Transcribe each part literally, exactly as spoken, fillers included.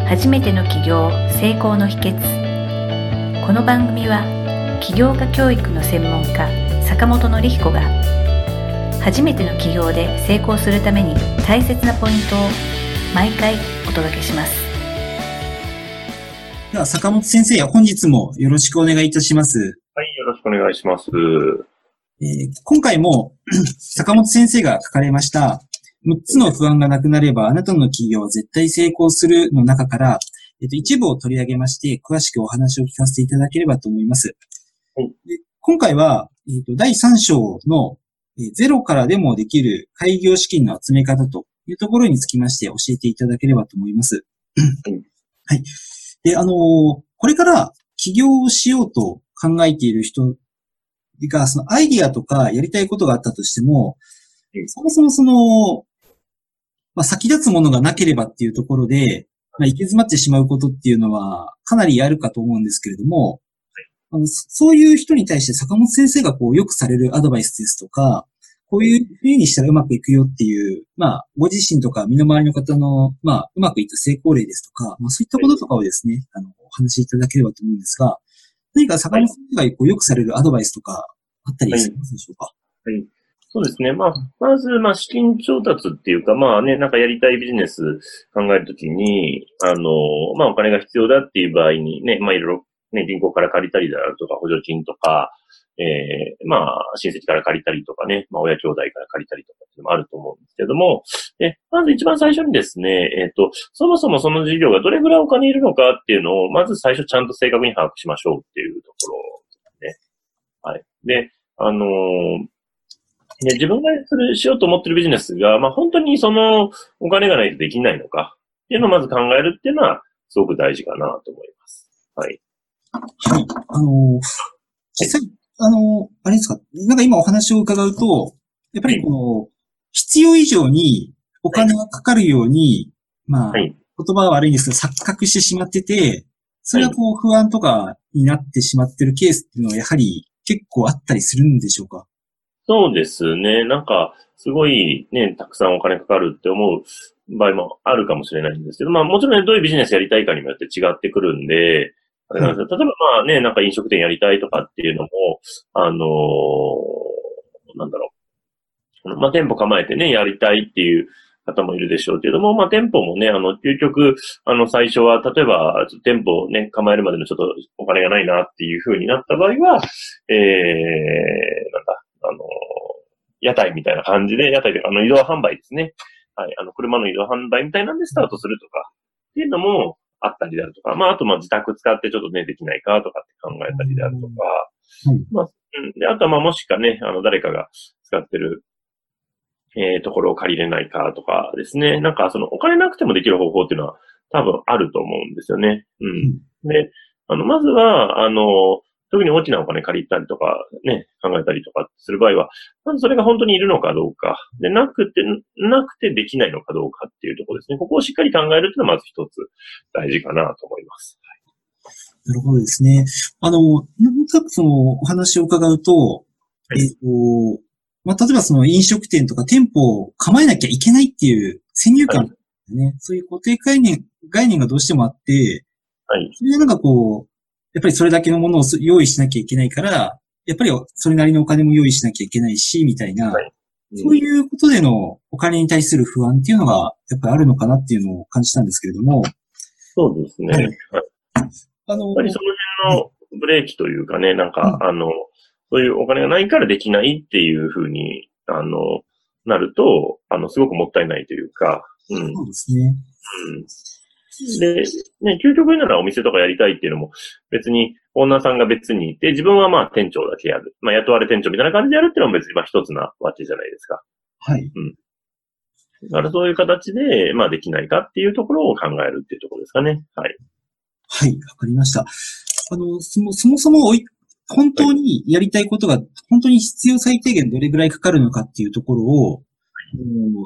初めての起業成功の秘訣。この番組は起業家教育の専門家坂本典彦が初めての起業で成功するために大切なポイントを毎回お届けします。 では坂本先生、本日もよろしくお願いいたします。 はい、よろしくお願いします。 えー、今回も坂本先生が書かれましたむっつの不安がなくなればあなたの企業は絶対成功するの中から、えっと、一部を取り上げまして詳しくお話を聞かせていただければと思います。 はい、 で今回は、えっと、だいさん章のゼロからでもできる開業資金の集め方というところにつきまして教えていただければと思います。 はい。 はい。で、あのー、これから起業をしようと考えている人が、そのアイディアとかやりたいことがあったとしても、 はい、 そもそもその、まあ、先立つものがなければっていうところで、まあ、行き詰まってしまうことっていうのはかなりあるかと思うんですけれども、はい、あのそういう人に対して坂本先生がこうよくされるアドバイスですとか、こういうふうにしたらうまくいくよっていう、まあ、ご自身とか身の回りの方の、まあ、うまくいった成功例ですとか、まあ、そういったこととかをですね、あの、お話しいただければと思うんですが、何か坂本先生がこうよくされるアドバイスとかあったりしますでしょうか？ はい。はい、そうですね。まあ、まず、まあ、資金調達っていうか、まあね、なんかやりたいビジネス考えるときに、あの、まあ、お金が必要だっていう場合にね、まあ、いろいろね、銀行から借りたりであるとか、補助金とか、えー、まあ、親戚から借りたりとかね、まあ、親兄弟から借りたりとかっていうのもあると思うんですけども、え、まず一番最初にですね、えっと、そもそもその事業がどれぐらいお金いるのかっていうのを、まず最初ちゃんと正確に把握しましょうっていうところですね。はい。で、あのー、で自分がする、しようと思ってるビジネスが、まあ、本当にそのお金がないとできないのかっていうのをまず考えるっていうのは、すごく大事かなと思います。はい。 はい。あのー、実際、あの、あれですか、なんか今お話を伺うと、やっぱりこの、必要以上にお金がかかるように、まあ、言葉は悪いんですけど、錯覚してしまってて、それはこう不安とかになってしまってるケースっていうのはやはり結構あったりするんでしょうか？ そうですね。なんか、すごいね、たくさんお金かかるって思う場合もあるかもしれないんですけど、まあもちろんね、どういうビジネスやりたいかにもよって違ってくるんで、あれなんですよ。例えばまあね、なんか飲食店やりたいとかっていうのも、あのー、なんだろう。まあ店舗構えてね、やりたいっていう方もいるでしょうけども、まあ店舗もね、あの、究極、あの、最初は、例えば、店舗をね、構えるまでのちょっとお金がないなっていう風になった場合は、えー、なんだ、あの、屋台みたいな感じで、屋台で、あの、移動販売ですね。はい、あの、車の移動販売みたいなんでスタートするとか、っていうのもあったりであるとか、まあ、あと、まあ、自宅使ってちょっとね、できないかとかって考えたりであるとか、うん、まあ、うん、で、あとは、まあ、もしかね、あの、誰かが使ってる、えー、ところを借りれないかとかですね。なんか、その、お金なくてもできる方法っていうのは多分あると思うんですよね。うん。で、あの、まずは、あの、特に大きなお金借りたりとか、ね、考えたりとかする場合は、まずそれが本当にいるのかどうか。で、なくて、なくてできないのかどうかっていうところですね。ここをしっかり考えるっていうのはまず一つ大事かなと思います。 なるほどですね。あの、なんとなくそのお話を伺うと、はい、えっと、まあ、例えばその飲食店とか店舗を構えなきゃいけないっていう先入観ですね、はい。そういう固定概念、概念がどうしてもあって、 はい。 それがなんかこう、やっぱりそれだけのものを用意しなきゃいけないから、やっぱりそれなりのお金も用意しなきゃいけないし、みたいな、はいうん、そういうことでのお金に対する不安っていうのが、やっぱりあるのかなっていうのを感じたんですけれども。 そうですね。はい。あの、やっぱりその辺のブレーキというかね、なんか、うん、あの、そういうお金がないからできないっていうふうに、あの、なると、あの、すごくもったいないというか、 うん。そうですね。 うん。で、ね、究極ならお店とかやりたいっていうのも、別にオーナーさんが別にいて、自分はまあ店長だけやる。まあ雇われ店長みたいな感じでやるっていうのも別にまあ一つなわけじゃないですか。 はい。 うん。だからそういう形で、まあできないかっていうところを考えるっていうところですかね。はい。 はい、わかりました。あの、そもそもそもおい、本当にやりたいことが、本当に必要最低限どれぐらいかかるのかっていうところを、はい、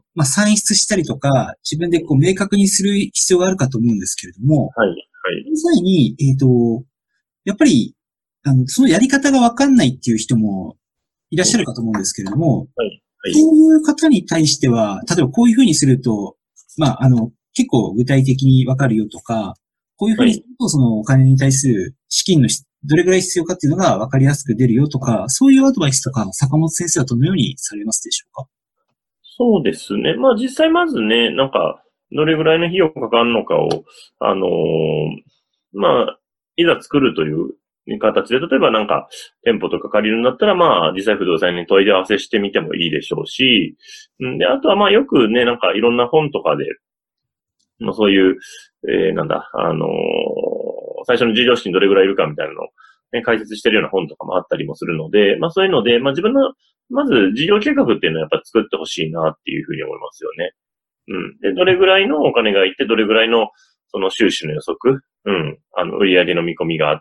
まあ、算出したりとか、自分でこう明確にする必要があるかと思うんですけれども、 はい、はい。 その際に、えっと、やっぱり、あの、そのやり方がわかんないっていう人もいらっしゃるかと思うんですけれども、 はい、はい。 そういう方に対しては、例えばこういうふうにすると、まあ、あの、 結構具体的にわかるよとか、こういうふうにするとそのお金に対する資金のどれぐらい必要かっていうのがわかりやすく出るよとか、そういうアドバイスとか、坂本先生はどのようにされますでしょうか？ そうですね。まあ実際まずね、なんか、どれぐらいの費用かかるのかを、あのーまあ、いざ作るという形で、例えばなんか、店舗とか借りるんだったら、まあ、実際不動産に問い合わせしてみてもいいでしょうし、んで、あとはまあよくね、なんかいろんな本とかで、まあそういう、えー、なんだ、あのー最初の事業資金どれぐらいいるかみたいなのを、ね、解説してるような本とかもあったりもするので、まあそういうので、まあ自分の、まず事業計画っていうのはやっぱ作ってほしいなっていうふうに思いますよね。うん。で、どれぐらいのお金がいって、どれぐらいのその収支の予測、うん。あの、売上の見込みがあって、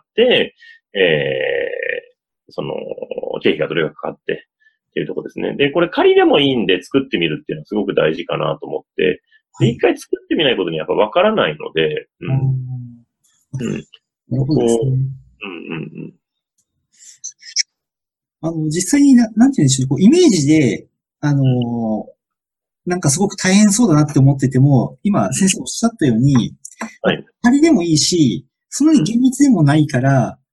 えー、その、経費がどれがかかってっていうところですね。で、これ仮でもいいんで作ってみるっていうのはすごく大事かなと思って、で、一回作ってみないことにやっぱわからないので、うん。うん。 なるほどですね。 うんうんうん。 あの、実際にな、なんて言うんでしょうね、こう、イメージで、あのー、なんかすごく大変そうだなって思ってても、今先生おっしゃったように、 はい。 仮でもいいし、そんなに厳密でもないから、はい、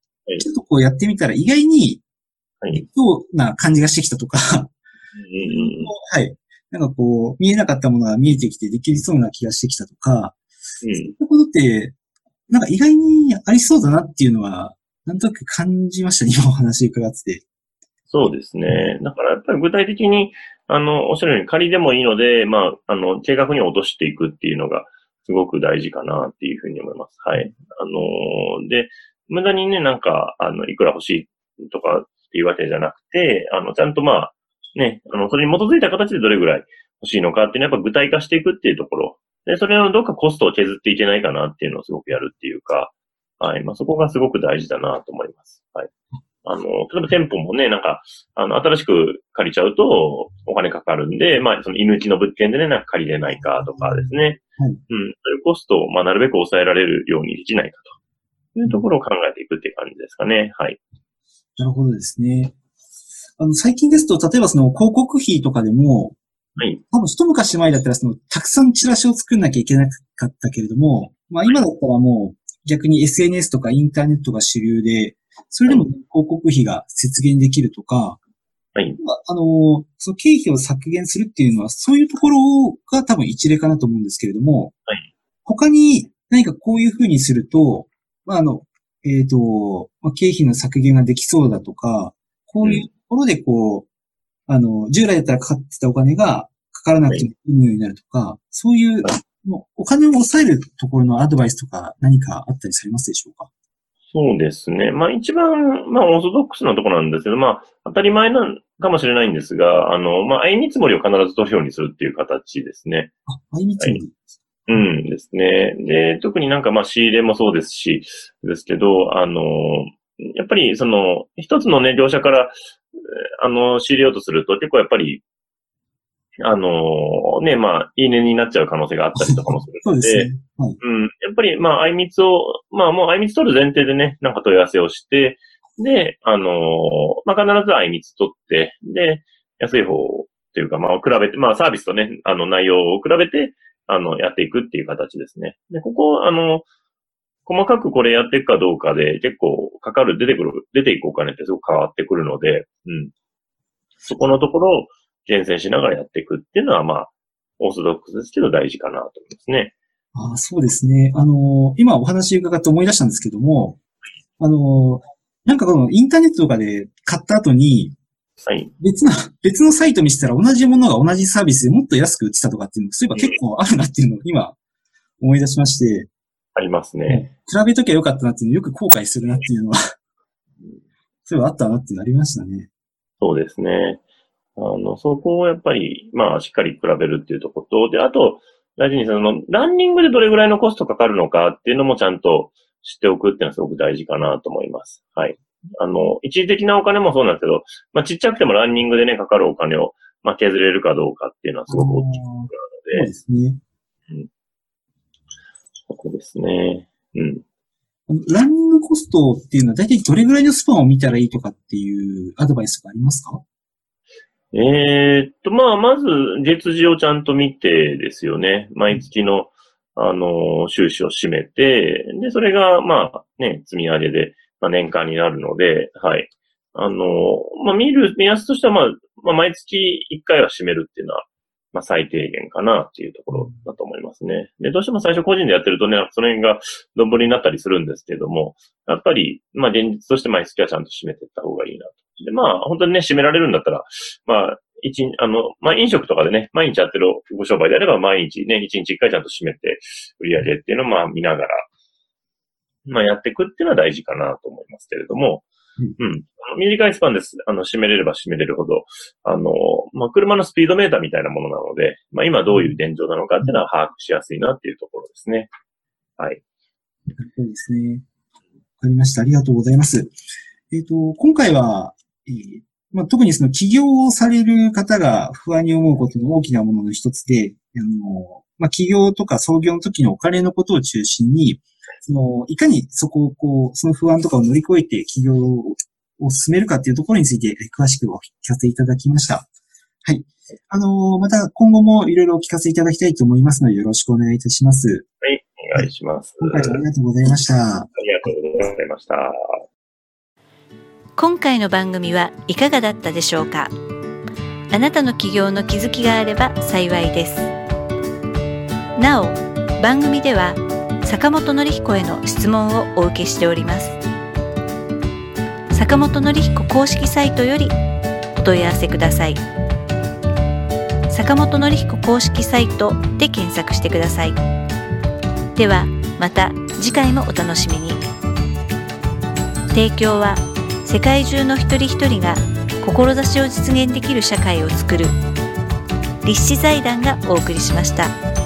ちょっとこうやってみたら意外に、はい。どうな感じがしてきたとか、うんうん、はい。なんかこう、見えなかったものが見えてきてできそうな気がしてきたとか、うん、そういうことって、なんか意外にありそうだなっていうのは、なんとなく感じましたね、今お話伺ってて。 そうですね。だからやっぱり具体的に、あの、おっしゃるように仮でもいいので、まあ、あの、計画に落としていくっていうのがすごく大事かなっていうふうに思います。はい。あの、で、無駄にね、なんか、あの、いくら欲しいとかっていうわけじゃなくて、あの、ちゃんとまあ、ね、あの、それに基づいた形でどれぐらい欲しいのかっていうのはやっぱ具体化していくっていうところ。で、それのどっかコストを削っていけないかなっていうのをすごくやるっていうか、はい。まあ、そこがすごく大事だなと思います。はい。あの、例えば店舗もね、なんか、あの、新しく借りちゃうとお金かかるんで、まあ、その居抜きの物件でね、なんか借りれないかとかですね。はい、うん。そういうコストを、まあ、なるべく抑えられるようにできないかというところを考えていくっていう感じですかね。はい。 なるほどですね。あの、最近ですと、例えばその広告費とかでも、はい。多分一昔前だったらその、たくさんチラシを作んなきゃいけなかったけれども、まあ今だったらもう逆に エスエヌエス とかインターネットが主流で、それでも広告費が節減できるとか、はい。あの、その経費を削減するっていうのは、そういうところが多分一例かなと思うんですけれども、はい。他に何かこういうふうにすると、まあ、あの、えっと、まあ、経費の削減ができそうだとか、こういうところでこう、あの、従来だったらかかってたお金がかからなくてもいいようになるとか、そういう、もうお金を抑えるところのアドバイスとか何かあったりされますでしょうか？ そうですね。まあ一番、まあオーソドックスなところなんですけど、まあ当たり前なのかもしれないんですが、あの、まあ相見積もりを必ず取るようにするっていう形ですね。 あ、相見積もり、はい、 うんですね。で、特になんかまあ仕入れもそうですし、ですけど、あの、やっぱりその、一つのね、業者から、あの、仕入れようとすると結構やっぱり、あのね、まあ、いいねになっちゃう可能性があったりとかもするので、そうですね。はい、うん。やっぱり、まあ、あいみつを、まあ、もうあいみつ取る前提でね、なんか問い合わせをして、で、あのまあ、必ずあいみつ取って、で、安い方っていうか、まあ、比べて、まあ、サービスとね、あの、内容を比べて、あの、やっていくっていう形ですね。で、ここ、あの、細かくこれやっていくかどうかで、結構かかる、出てくる、出ていくお金ってすごく変わってくるので、うん。そこのところを、厳選しながらやっていくっていうのは、まあ、オーソドックスですけど大事かなと思いますね。 ああ、そうですね。あのー、今お話伺って思い出したんですけども、あのー、なんかこのインターネットとかで買った後に、はい。別の、別のサイト見せたら同じものが同じサービスでもっと安く売ってたとかっていうの、そういえば結構あるなっていうのを今思い出しまして。 ありますね。 比べときゃよかったなっていうのをよく後悔するなっていうのは、そういえばあったなっていうのありましたね。 そうですね。あの、そこをやっぱり、まあ、しっかり比べるっていうところと、で、あと、大事にその、ランニングでどれぐらいのコストかかるのかっていうのもちゃんと知っておくっていうのはすごく大事かなと思います。はい。あの、一時的なお金もそうなんですけど、まあ、ちっちゃくてもランニングでね、かかるお金を、まあ、削れるかどうかっていうのはすごく大きいところなので。 そうですね。 うん。そこですね。うん。 ランニングコストっていうのは大体どれぐらいのスパンを見たらいいとかっていうアドバイスがありますか？ えーっと、まあ、まず、月次をちゃんと見てですよね。毎月の、 あの、収支を占めて、で、それが、まあ、ね、積み上げで、まあ、年間になるので、はい。あの、まあ、見る目安としては、まあ、まあ、毎月いっかいは占めるっていうのは、まあ、最低限かなっていうところだと思いますね。で、どうしても最初個人でやってるとね、その辺がどんぶりになったりするんですけれども、やっぱり、まあ、現実として毎月はちゃんと占めていった方がいいなと。で、まあ、本当にね、占められるんだったら、まあ、一日、あの、まあ、飲食とかでね、毎日やってるご商売であれば、毎日ね、一日一回ちゃんと占めて、売り上げっていうのをまあ、見ながら、まあ、やっていくっていうのは大事かなと思いますけれども、うん。短いスパンです。あの、締めれれば締めれるほど、あの、まあ、車のスピードメーターみたいなものなので、まあ、今どういう現状なのかっていうのは把握しやすいなっていうところですね。はい。 そうですね。わかりました。ありがとうございます。えっと、今回は、えーまあ、特にその起業をされる方が不安に思うことの大きなものの一つで、あの、まあ、起業とか創業の時のお金のことを中心に、その、いかにそこをこう、その不安とかを乗り越えて起業を進めるかっていうところについて詳しくお聞かせいただきました。はい。あの、また今後もいろいろお聞かせいただきたいと思いますのでよろしくお願いいたします。 はい、お願いします。 今回はありがとうございました。 ありがとうございました。 今回の番組はいかがだったでしょうか。あなたの起業の気づきがあれば幸いです。なお、番組では坂本典彦への質問をお受けしております。坂本典彦公式サイトよりお問い合わせください。坂本典彦公式サイトで検索してください。ではまた次回もお楽しみに。提供は世界中の一人一人が志を実現できる社会を作る立志財団がお送りしました。